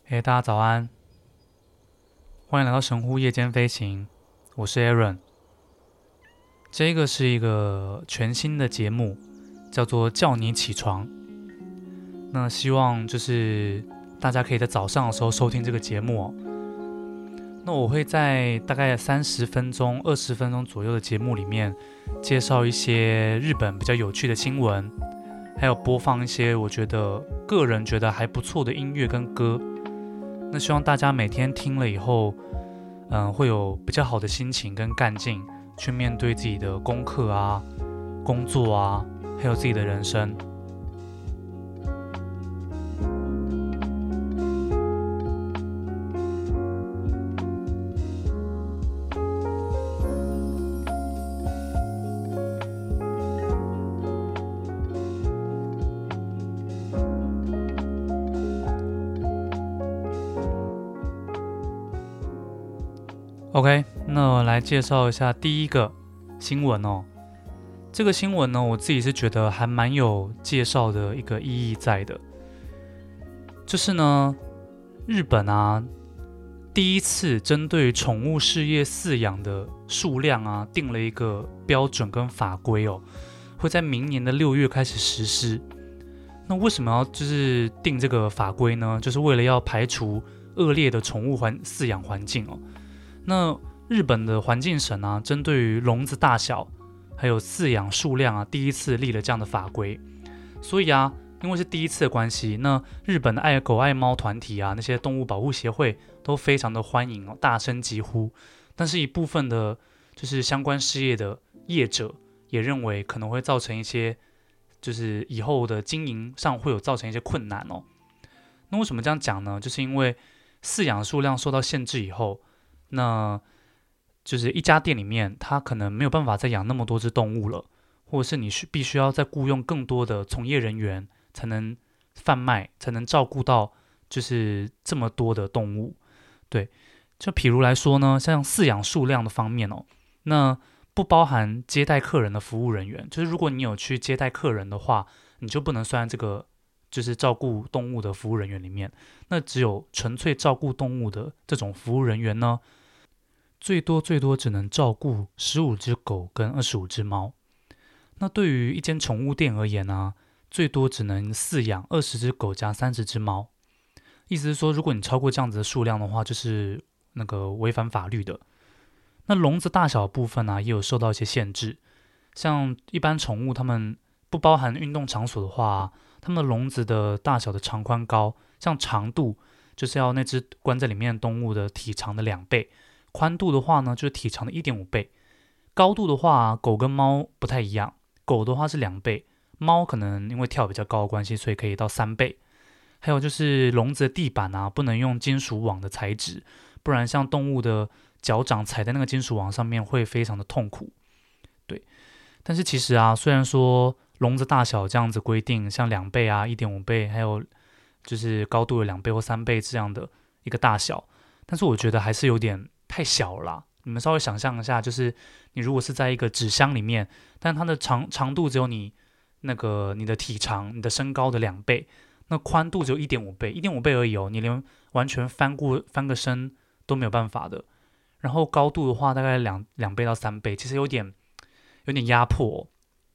大家早安，欢迎来到神户夜间飞行，我是 Aaron。这个是一个全新的节目，叫做叫你起床。那希望就是大家可以在早上的时候收听这个节目哦。那我会在大概30分钟、20分钟左右的节目里面，介绍一些日本比较有趣的新闻，还有播放一些我个人觉得还不错的音乐跟歌。那希望大家每天听了以后，会有比较好的心情跟干劲，去面对自己的功课啊、工作啊，还有自己的人生。OK，那我来介绍一下第一个新闻哦。这个新闻呢，我自己是觉得还蛮有介绍的一个意义在的，就是呢，日本啊，第一次针对宠物事业饲养的数量啊，定了一个标准跟法规哦，会在明年的6月开始实施。那为什么要就是定这个法规呢？就是为了要排除恶劣的宠物饲养环境哦。那日本的环境省啊，针对于笼子大小还有饲养数量啊，第一次立了这样的法规。所以啊，因为是第一次的关系，那日本的爱狗爱猫团体啊，那些动物保护协会都非常的欢迎哦，大声疾呼。但是，一部分的就是相关事业的业者也认为可能会造成一些，就是以后的经营上会有造成一些困难哦。那为什么这样讲呢？就是因为饲养数量受到限制以后，那就是一家店里面，它可能没有办法再养那么多只动物了，或者是你必须要再雇佣更多的从业人员，才能贩卖，才能照顾到就是这么多的动物。对，就譬如来说呢，像饲养数量的方面哦，那不包含接待客人的服务人员，就是如果你有去接待客人的话，你就不能算这个就是照顾动物的服务人员里面。那只有纯粹照顾动物的这种服务人员呢，最多只能照顾15只狗跟25只猫。那对于一间宠物店而言呢，最多只能饲养20只狗加30只猫。意思是说，如果你超过这样子的数量的话，就是那个违反法律的。那笼子大小的部分呢，也有受到一些限制。像一般宠物，它们不包含运动场所的话，它们的笼子的大小的长宽高，像长度就是要那只关在里面的动物的体长的2倍，宽度的话呢，就是体长的1.5倍。高度的话，狗跟猫不太一样，狗的话是2倍，猫可能因为跳比较高的关系，所以可以到3倍。还有就是笼子的地板啊，不能用金属网的材质，不然像动物的脚掌踩在那个金属网上面会非常的痛苦。对，但是其实啊，虽然说笼子大小这样子规定，像2倍啊、1.5倍，还有就是高度有2倍或3倍这样的一个大小，但是我觉得还是有点太小了啦。你们稍微想象一下，就是你如果是在一个纸箱里面，但它的长度只有你的体长、你的身高的2倍，那宽度只有1.5倍，一点五倍而已哦，你连完全翻个身都没有办法的。然后高度的话，大概两倍到3倍，其实有点压迫哦。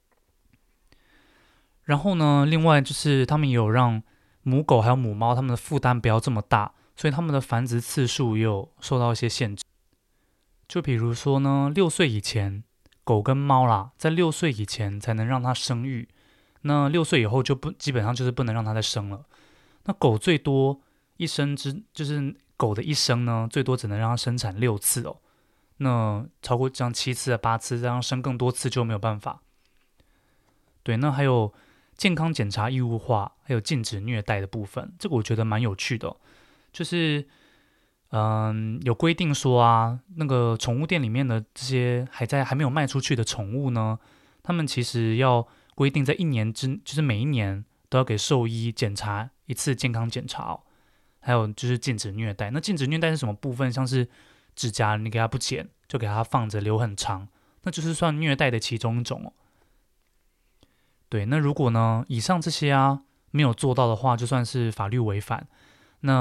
然后呢，另外就是他们也有让母狗还有母猫它们的负担不要这么大，所以它们的繁殖次数也有受到一些限制。就比如说呢，6岁以前，狗跟猫啦，在6岁以前才能让它生育，那6岁以后就基本上就是不能让它再生了。那狗最多就是狗的一生呢，最多只能让它生产6次哦。那超过这样7次啊8次，这样生更多次就没有办法。对，那还有健康检查义务化，还有禁止虐待的部分，这个我觉得蛮有趣的哦。就是有规定说啊，那个宠物店里面的这些还没有卖出去的宠物呢，他们其实要规定在就是每一年都要给兽医检查一次健康检查哦。还有就是禁止虐待。那禁止虐待是什么部分？像是指甲你给它不剪，就给它放着留很长，那就是算虐待的其中一种哦。对，那如果呢以上这些啊没有做到的话，就算是法律违反。那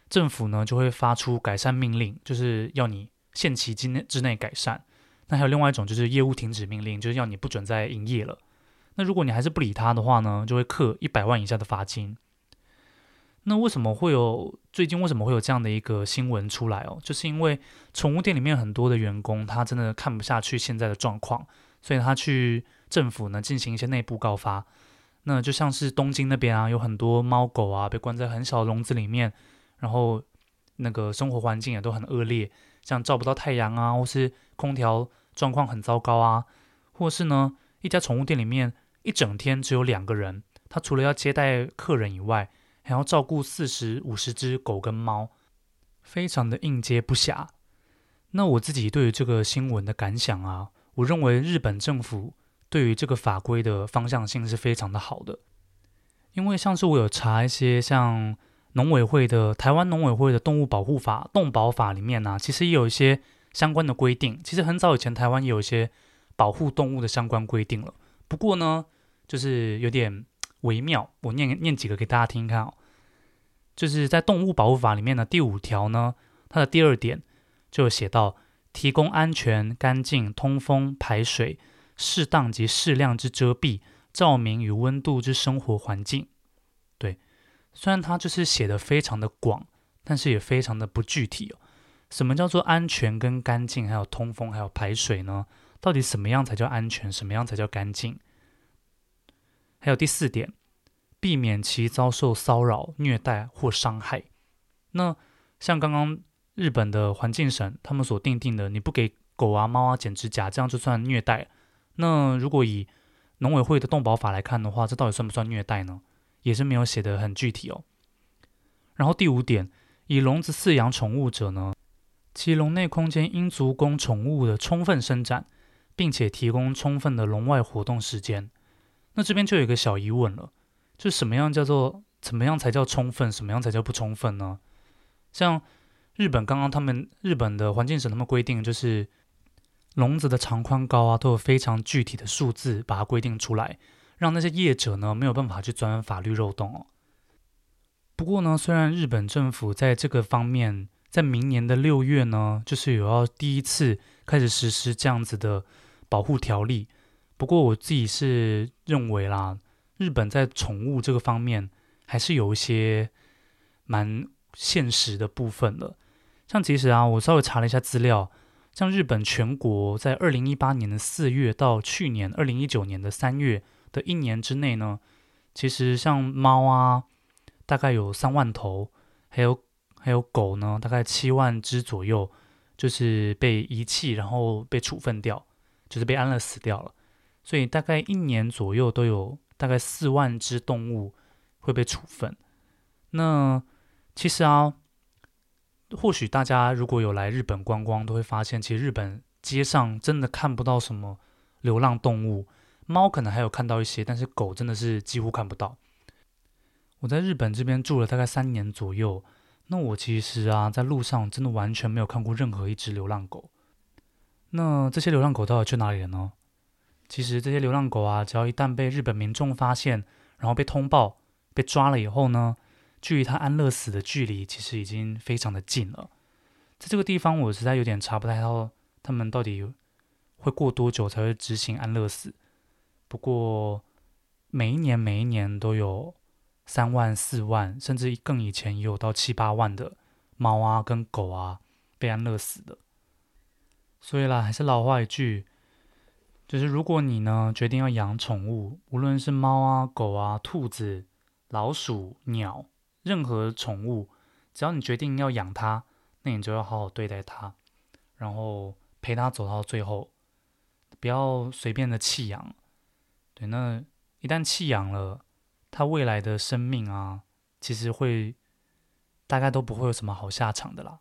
政府呢就会发出改善命令，就是要你限期之内改善。那还有另外一种就是业务停止命令，就是要你不准再营业了。那如果你还是不理他的话呢，就会课100万以下的罚金。那最近为什么会有这样的一个新闻出来哦？就是因为宠物店里面很多的员工，他真的看不下去现在的状况，所以他去政府呢进行一些内部告发。那就像是东京那边啊，有很多猫狗啊被关在很小的笼子里面，然后那个生活环境也都很恶劣，像照不到太阳啊，或是空调状况很糟糕啊，或是呢一家宠物店里面一整天只有2个人，他除了要接待客人以外，还要照顾40、50只狗跟猫，非常的应接不暇。那我自己对于这个新闻的感想啊，我认为日本政府对于这个法规的方向性是非常的好的，因为像是我有查一些像台湾农委会的动物保护法动保法里面啊，其实也有一些相关的规定。其实很早以前台湾也有一些保护动物的相关规定了，不过呢就是有点微妙，我念几个给大家听看哦。就是在动物保护法里面的第5条呢，它的第2点就有写到，提供安全、干净、通风、排水、适当及适量之遮蔽、照明与温度之生活环境。对，虽然它就是写的非常的广，但是也非常的不具体哦。什么叫做安全跟干净，还有通风，还有排水呢？到底什么样才叫安全，什么样才叫干净？还有第4点，避免其遭受骚扰、虐待或伤害。那像刚刚日本的环境省他们所定的，你不给狗啊、猫啊剪指甲，这样就算虐待。那如果以农委会的动保法来看的话，这到底算不算虐待呢？也是没有写得很具体哦。然后第5点，以笼子饲养宠物者呢，其笼内空间应足供宠物的充分伸展，并且提供充分的笼外活动时间。那这边就有一个小疑问了，就是怎么样才叫充分，什么样才叫不充分呢？像日本的环境省他们规定，就是笼子的长宽高啊，都有非常具体的数字把它规定出来，让那些业者呢没有办法去钻法律漏洞哦。不过呢，虽然日本政府在这个方面，在明年的6月呢，就是有要第一次开始实施这样子的保护条例。不过我自己是认为啦，日本在宠物这个方面还是有一些蛮现实的部分了。像其实啊，我稍微查了一下资料，像日本全国在2018年的4月到去年2019年的3月的1年之内呢，其实像猫啊，大概有3万头，还有狗呢，大概7万只左右，就是被遗弃，然后被处分掉，就是被安乐死掉了。所以大概1年左右都有大概4万只动物会被处分。那其实啊，或许大家如果有来日本观光，都会发现，其实日本街上真的看不到什么流浪动物，猫可能还有看到一些，但是狗真的是几乎看不到。我在日本这边住了大概3年左右，那我其实啊，在路上真的完全没有看过任何一只流浪狗。那这些流浪狗到底去哪里了呢？其实这些流浪狗啊，只要一旦被日本民众发现，然后被通报、被抓了以后呢，距离它安乐死的距离其实已经非常的近了。在这个地方，我实在有点查不太到他们到底会过多久才会执行安乐死。不过每一年都有3万、4万，甚至更以前也有到7、8万的猫啊跟狗啊被安乐死的。所以啦，还是老话一句，就是如果你呢决定要养宠物，无论是猫啊、狗啊、兔子、老鼠、鸟，任何宠物，只要你决定要养它，那你就要好好对待它，然后陪它走到最后，不要随便的弃养。对，那一旦弃养了，它未来的生命啊，其实大概都不会有什么好下场的啦。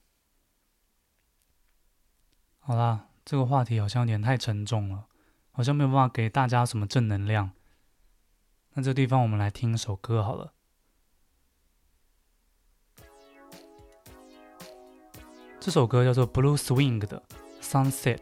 好啦，这个话题好像有点太沉重了，好像没有办法给大家什么正能量。那这个地方我们来听一首歌好了。这首歌叫做 Blue Swing 的 Sunset。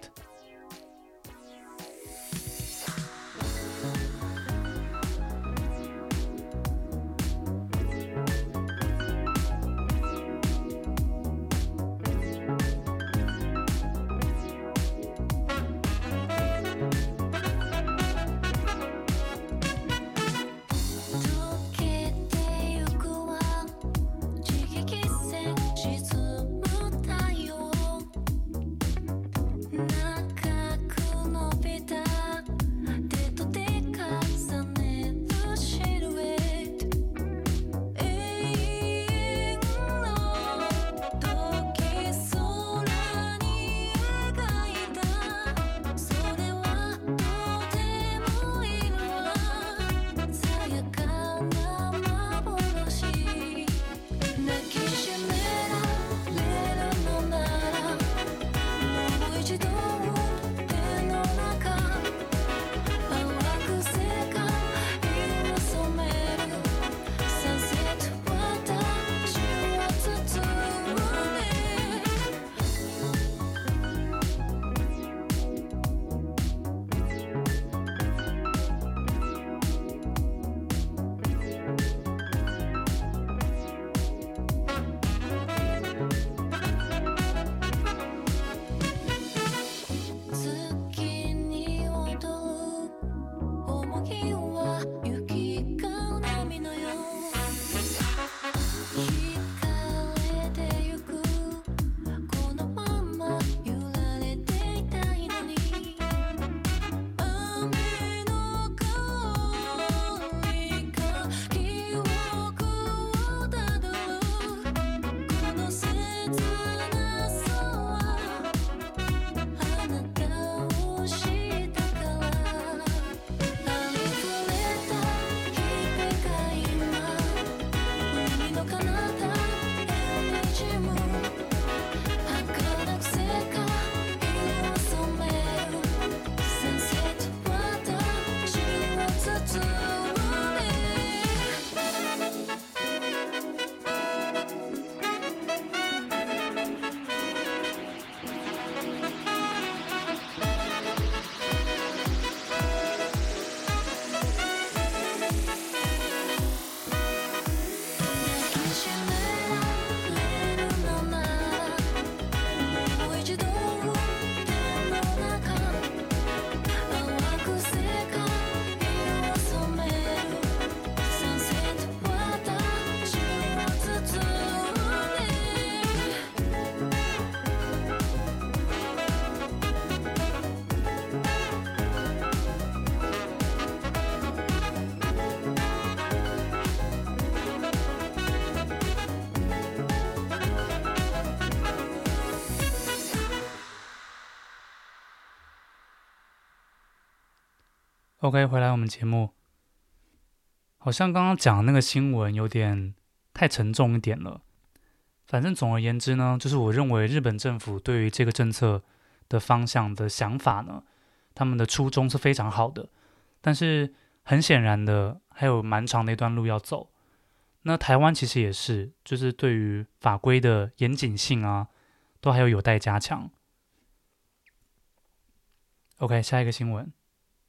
OK， 回来我们节目，好像刚刚讲的那个新闻有点太沉重一点了。反正总而言之呢，就是我认为日本政府对于这个政策的方向的想法呢，他们的初衷是非常好的，但是很显然的还有蛮长的一段路要走。那台湾其实也是，就是对于法规的严谨性啊，都还有待加强。OK， 下一个新闻。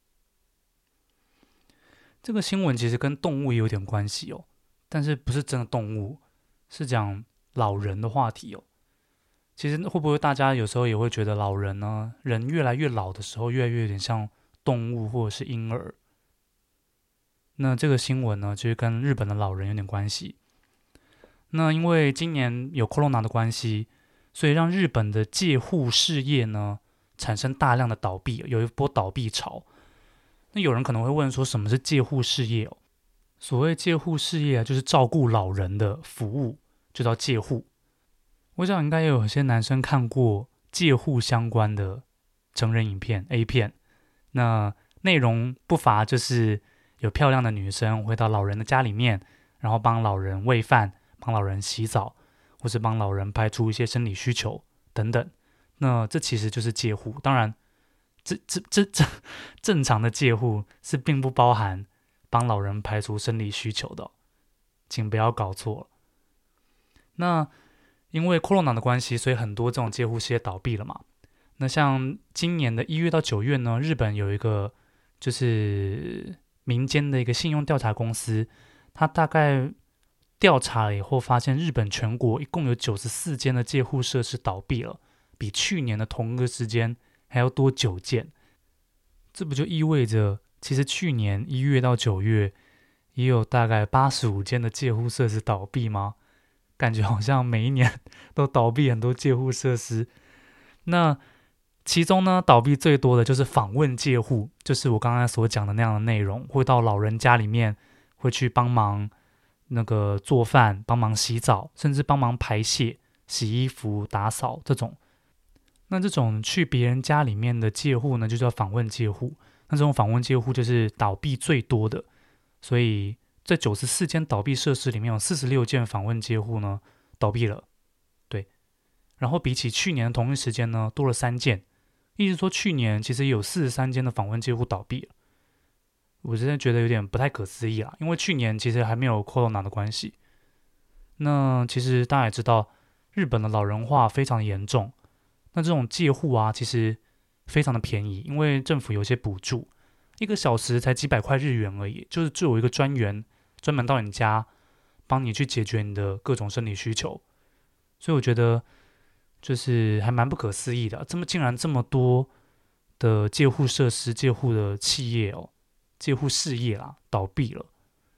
这个新闻其实跟动物也有点关系哦，但是不是真的动物，是讲老人的话题哦。其实会不会大家有时候也会觉得老人呢，人越来越老的时候，越来越有点像动物或者是婴儿？那这个新闻呢，就是跟日本的老人有点关系。那因为今年有 Corona 的关系，所以让日本的介护事业呢产生大量的倒闭，有一波倒闭潮。那有人可能会问说，什么是介护事业哦？所谓介护事业啊，就是照顾老人的服务，就叫介护。我想应该也有些男生看过介护相关的成人影片 A 片，那内容不乏就是有漂亮的女生会到老人的家里面，然后帮老人喂饭，帮老人洗澡，或是帮老人排除一些生理需求等等。那这其实就是介护，当然。这正常的介护是并不包含帮老人排除生理需求的哦，请不要搞错了。那因为 Corona 的关系，所以很多这种介护事业倒闭了嘛。那像今年的1月到9月呢，日本有一个就是民间的一个信用调查公司，它大概调查了以后发现，日本全国一共有94间的介护设施倒闭了，比去年的同个时间还要多9件，这不就意味着，其实去年1月到9月也有大概85间的介护设施倒闭吗？感觉好像每一年都倒闭很多介护设施。那其中呢，倒闭最多的就是访问介护，就是我刚才所讲的那样的内容，会到老人家里面，会去帮忙那个做饭，帮忙洗澡，甚至帮忙排泄、洗衣服、打扫这种。那这种去别人家里面的介护呢，就叫访问介护。那这种访问介护就是倒闭最多的，所以在94间倒闭设施里面，有46件访问介护呢倒闭了。对，然后比起去年的同一时间呢，多了3件，意思说去年其实有43间的访问介护倒闭了。我真的觉得有点不太可思议啦，因为去年其实还没有 Corona 的关系。那其实大家也知道，日本的老人化非常严重。那这种介护啊，其实非常的便宜，因为政府有些补助，1个小时才几百块日元而已，就是就有一个专员专门到你家，帮你去解决你的各种生理需求。所以我觉得就是还蛮不可思议的，竟然这么多的介护设施、介护的企业哦，介护事业啦倒闭了。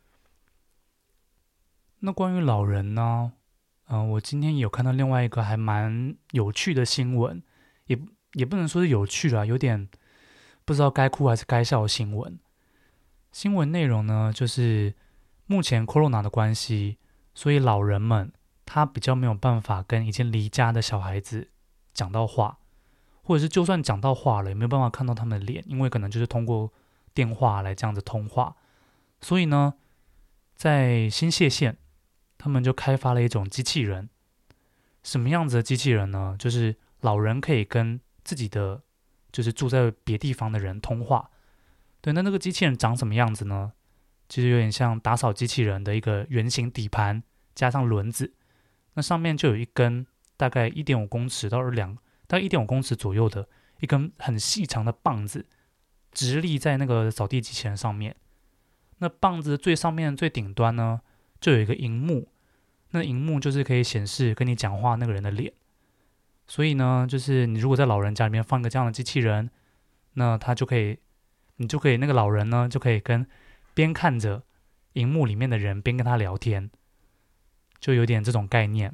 那关于老人呢？我今天有看到另外一个还蛮有趣的新闻，也不能说是有趣啦，有点不知道该哭还是该笑的新闻。新闻内容呢，就是目前 Corona 的关系，所以老人们他比较没有办法跟已经离家的小孩子讲到话，或者是就算讲到话了，也没有办法看到他们的脸，因为可能就是通过电话来这样子通话。所以呢，在新泻县，他们就开发了一种机器人。什么样子的机器人呢？就是老人可以跟自己的就是住在别地方的人通话， 对，那个机器人长什么样子呢？其实有点像打扫机器人的一个圆形底盘，加上轮子，那上面就有一根大概1.5公尺到大概1.5公尺左右的一根很细长的棒子，直立在那个扫地机器人上面。那棒子最上面最顶端呢，就有一个荧幕，那荧幕就是可以显示跟你讲话那个人的脸。所以呢，就是你如果在老人家里面放一个这样的机器人，那你就可以那个老人呢就可以边看着荧幕里面的人边跟他聊天，就有点这种概念。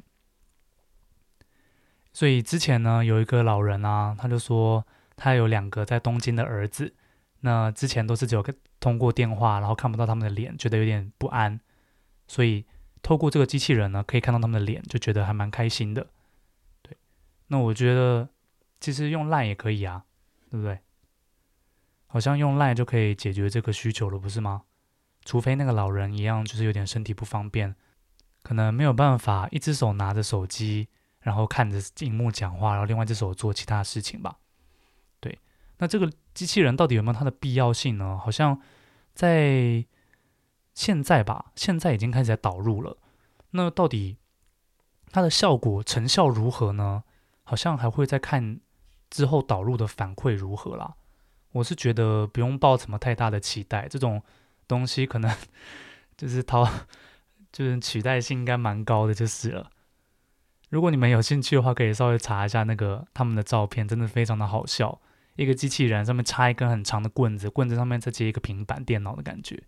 所以之前呢，有一个老人啊，他就说他有2个在东京的儿子，那之前都是只有通过电话，然后看不到他们的脸，觉得有点不安，所以透过这个机器人呢，可以看到他们的脸，就觉得还蛮开心的。对，那我觉得其实用 LINE 也可以啊，对不对？好像用 LINE 就可以解决这个需求了，不是吗？除非那个老人一样，就是有点身体不方便，可能没有办法一只手拿着手机，然后看着荧幕讲话，然后另外一只手做其他事情吧。对，那这个机器人到底有没有它的必要性呢？好像在现在吧，现在已经开始在导入了。那到底它的效果成效如何呢？好像还会再看之后导入的反馈如何啦。我是觉得不用抱什么太大的期待，这种东西可能就是就是取代性应该蛮高的就是了。如果你们有兴趣的话，可以稍微查一下那个他们的照片，真的非常的好笑。一个机器人上面插一根很长的棍子，棍子上面再接一个平板电脑的感觉。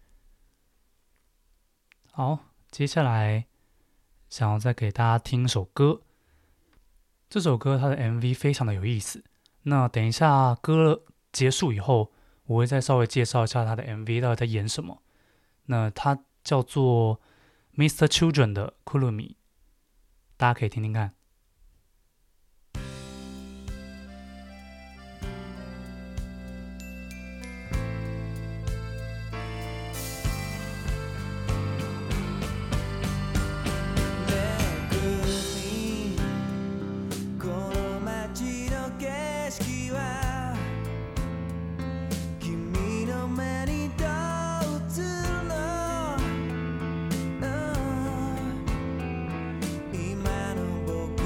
好，接下来想要再给大家听一首歌。这首歌它的 MV 非常的有意思。那等一下歌结束以后，我会再稍微介绍一下它的 MV 到底在演什么。那它叫做 Mr. Children 的 Kurumi， 大家可以听听看。 今の僕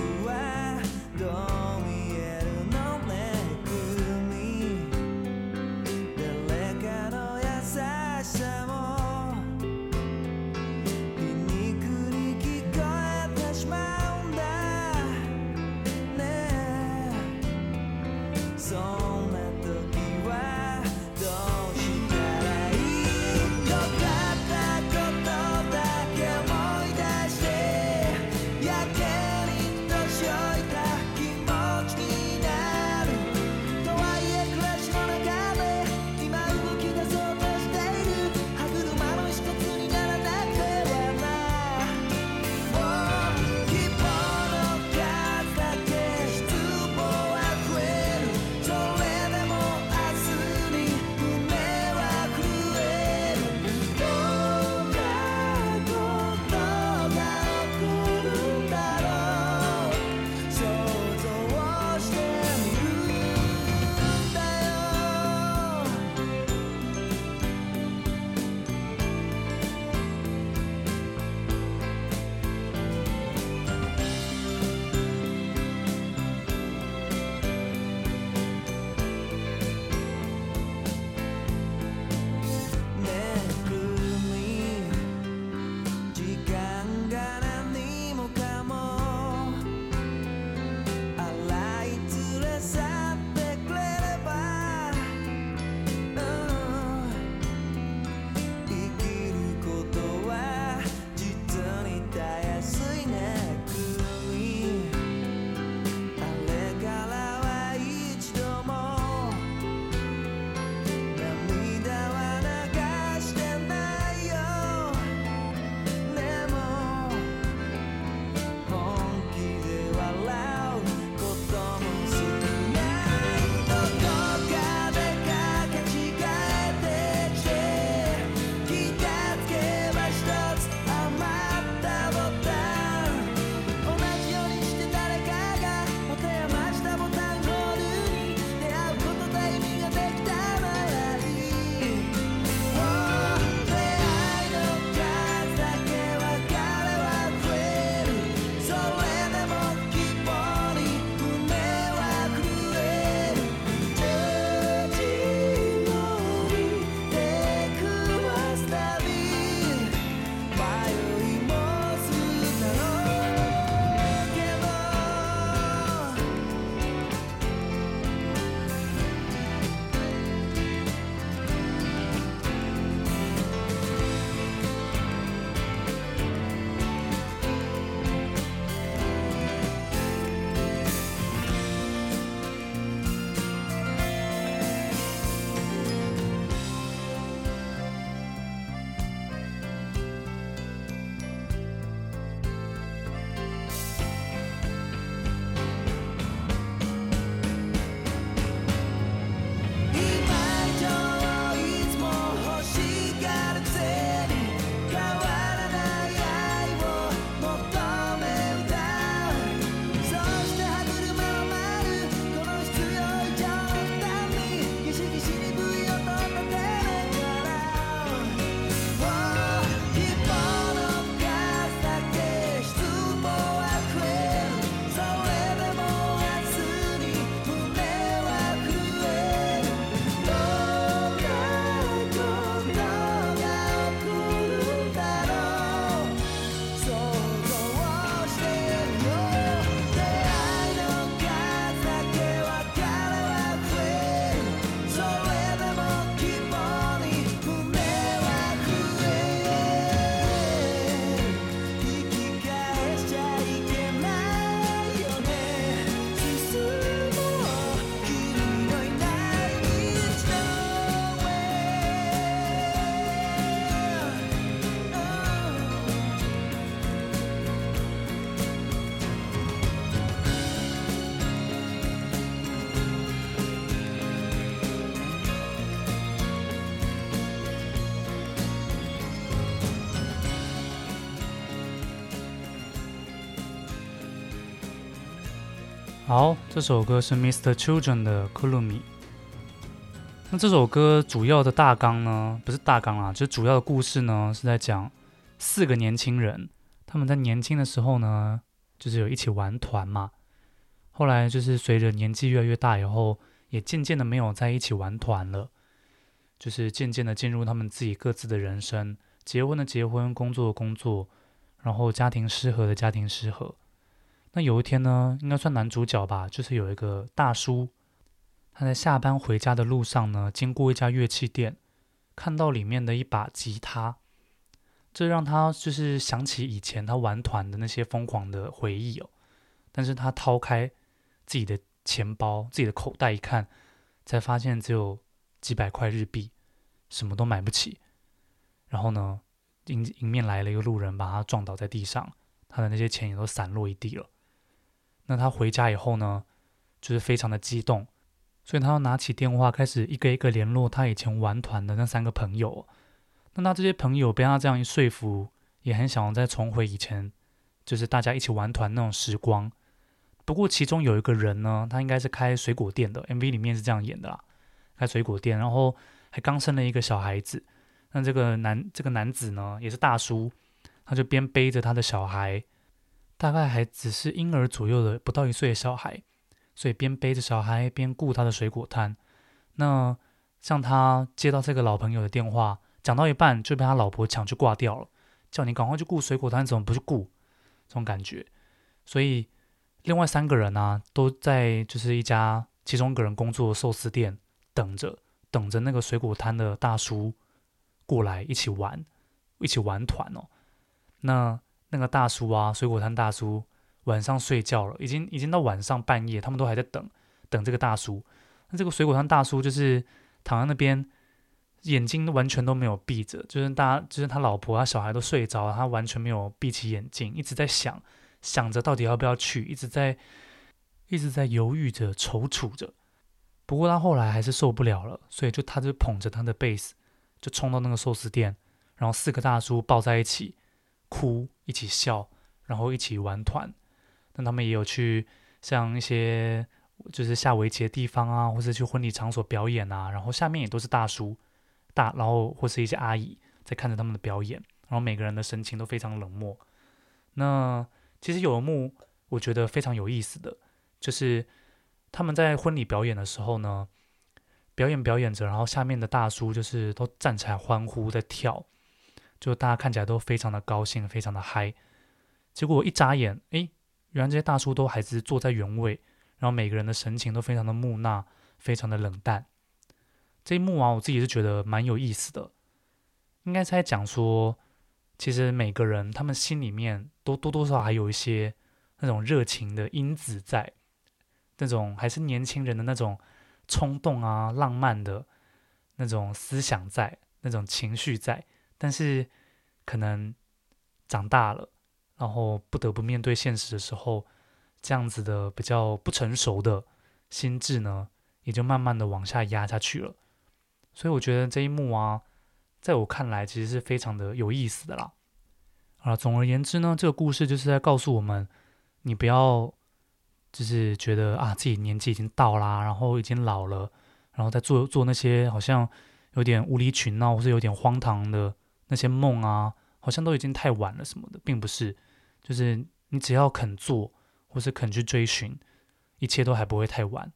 好，这首歌是 Mr. Children 的 Kurumi。那这首歌主要的大纲呢，不是大纲啦，就是主要的故事呢，是在讲4个年轻人，他们在年轻的时候呢，就是有一起玩团嘛。后来就是随着年纪越来越大以后，也渐渐的没有在一起玩团了，就是渐渐的进入他们自己各自的人生，结婚的结婚，工作的工作，然后家庭失和的家庭失和。那有一天呢，应该算男主角吧，就是有一个大叔，他在下班回家的路上呢，经过一家乐器店，看到里面的一把吉他，这让他就是想起以前他玩团的那些疯狂的回忆哦。但是他掏开自己的钱包、自己的口袋一看，才发现只有几百块日币，什么都买不起。然后呢，迎面来了一个路人，把他撞倒在地上，他的那些钱也都散落一地了。那他回家以后呢，就是非常的激动，所以他要拿起电话开始一个一个联络他以前玩团的那3个朋友。那他这些朋友被他这样一说服，也很想要再重回以前就是大家一起玩团那种时光。不过其中有一个人呢，他应该是开水果店的， MV 里面是这样演的啦，开水果店，然后还刚生了一个小孩子。那这个男子呢，也是大叔，他就边背着他的小孩，大概还只是婴儿左右的不到1岁的小孩，所以边背着小孩边顾他的水果摊。那像他接到这个老朋友的电话，讲到一半就被他老婆抢去挂掉了，叫你赶快去顾水果摊，怎么不去顾？这种感觉。所以另外3个人啊，都在就是其中一个人工作的寿司店等着那个水果摊的大叔过来一起玩团哦。那个大叔啊，水果摊大叔晚上睡觉了，已经到晚上半夜，他们都还在等这个大叔。那这个水果摊大叔就是躺在那边，眼睛完全都没有闭着，就是他老婆他小孩都睡着了，他完全没有闭起眼睛，一直在想着到底要不要去，一直在犹豫着踌躇着。不过他后来还是受不了了，所以他就捧着他的贝斯就冲到那个寿司店，然后4个大叔抱在一起哭，一起笑，然后一起玩团。那他们也有去像一些就是下围棋的地方啊，或者去婚礼场所表演啊，然后下面也都是大叔然后或是一些阿姨在看着他们的表演，然后每个人的神情都非常冷漠。那其实有一幕我觉得非常有意思的，就是他们在婚礼表演的时候呢，表演着，然后下面的大叔就是都站起来欢呼在跳，就大家看起来都非常的高兴，非常的嗨。结果一眨眼，原来这些大叔都还是坐在原位，然后每个人的神情都非常的木讷，非常的冷淡。这一幕啊，我自己是觉得蛮有意思的，应该是在讲说，其实每个人他们心里面都多多少少还有一些那种热情的因子在，那种还是年轻人的那种冲动啊、浪漫的那种思想在，那种情绪在，但是可能长大了，然后不得不面对现实的时候，这样子的比较不成熟的心智呢，也就慢慢的往下压下去了。所以我觉得这一幕啊，在我看来其实是非常的有意思的啦。总而言之呢，这个故事就是在告诉我们，你不要就是觉得啊自己年纪已经到啦，然后已经老了，然后再做那些好像有点无理取闹或是有点荒唐的那些梦啊，好像都已经太晚了什么的，并不是，就是你只要肯做或是肯去追寻，一切都还不会太晚。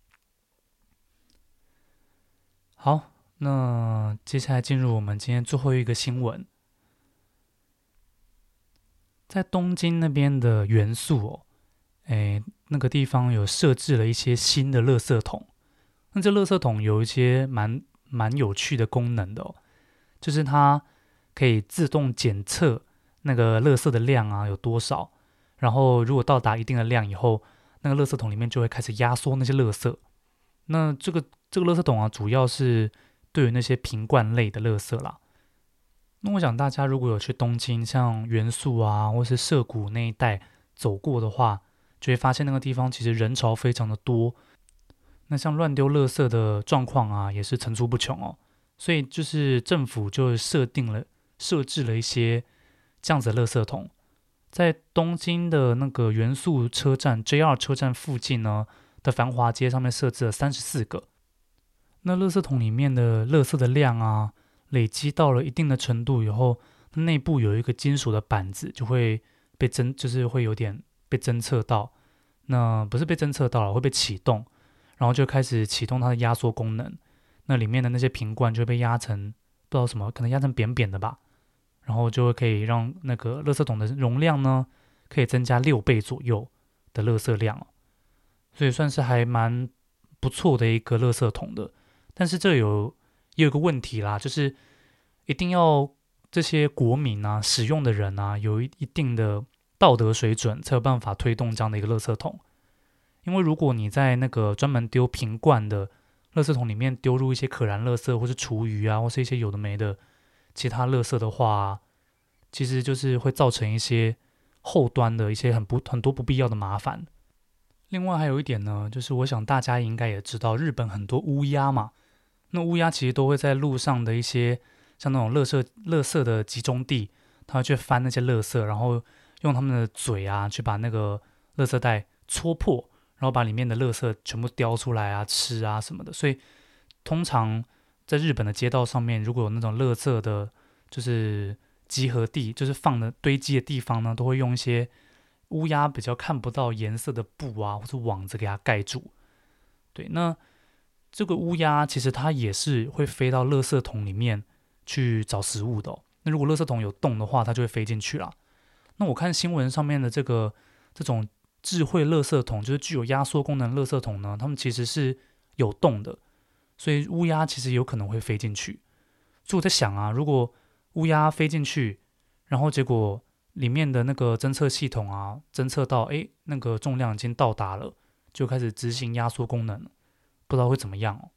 好，那接下来进入我们今天最后一个新闻，在东京那边的元素哦，那个地方有设置了一些新的垃圾桶。那这垃圾桶有一些蛮有趣的功能的哦，就是它可以自动检测那个垃圾的量啊有多少，然后如果到达一定的量以后，那个垃圾桶里面就会开始压缩那些垃圾。那这个垃圾桶啊，主要是对于那些瓶罐类的垃圾啦。那我想大家如果有去东京，像元素啊，或是涩谷那一带走过的话，就会发现那个地方其实人潮非常的多。那像乱丢垃圾的状况啊，也是层出不穷哦。所以就是政府就设置了一些这样子的垃圾桶， 在东京的那个元素车站 JR 车站附近呢的繁华街上面设置了34个。那垃圾桶里面的垃圾的量啊，累积到了一定的程度以后，它内部有一个金属的板子，就会就是会有点被侦测到。那不是被侦测到了，会被启动，然后就开始启动它的压缩功能。那里面的那些瓶罐就会被压成不知道什么，可能压成扁扁的吧，然后就会可以让那个垃圾桶的容量呢，可以增加6倍左右的垃圾量哦，所以算是还蛮不错的一个垃圾桶的。但是也有一个问题啦，就是一定要这些国民啊、使用的人啊，有一定的道德水准，才有办法推动这样的一个垃圾桶。因为如果你在那个专门丢瓶罐的垃圾桶里面丢入一些可燃垃圾，或是厨余啊，或是一些有的没的其他垃圾的话啊，其实就是会造成一些后端的一些很多不必要的麻烦。另外还有一点呢，就是我想大家应该也知道，日本很多乌鸦嘛，那乌鸦其实都会在路上的一些像那种垃圾的集中地，它会去翻那些垃圾，然后用它们的嘴啊去把那个垃圾袋戳破，然后把里面的垃圾全部叼出来啊吃啊什么的。所以通常在日本的街道上面，如果有那种垃圾的，就是集合地，就是放的堆积的地方呢，都会用一些乌鸦比较看不到颜色的布啊或者网子给它盖住。对，那这个乌鸦其实它也是会飞到垃圾桶里面去找食物的哦。那如果垃圾桶有洞的话，它就会飞进去啦。那我看新闻上面的这种智慧垃圾桶，就是具有压缩功能的垃圾桶呢，它们其实是有洞的，所以乌鸦其实有可能会飞进去。所以我在想啊，如果乌鸦飞进去，然后结果里面的那个侦测系统啊，侦测到那个重量已经到达了，就开始执行压缩功能了，不知道会怎么样哦。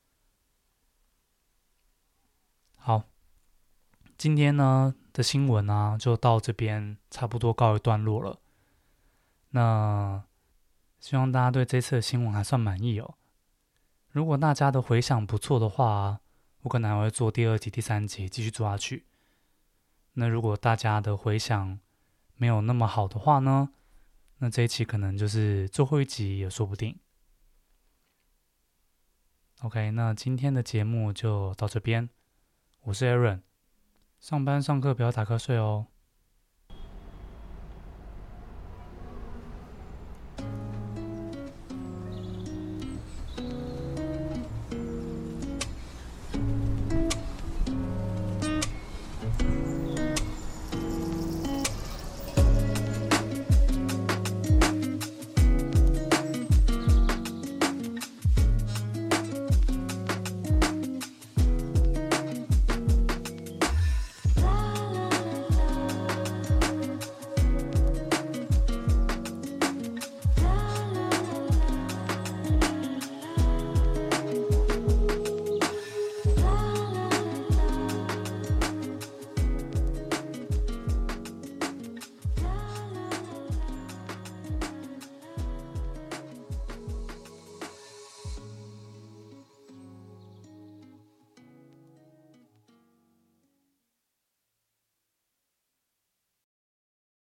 好，今天呢的新闻啊，就到这边差不多告一段落了。那希望大家对这次的新闻还算满意哦。如果大家的回响不错的话，我可能还会做第2集、第3集继续做下去。那如果大家的回响没有那么好的话呢，那这一期可能就是最后一集也说不定。OK，那今天的节目就到这边。我是 Aaron，上班上课不要打瞌睡哦。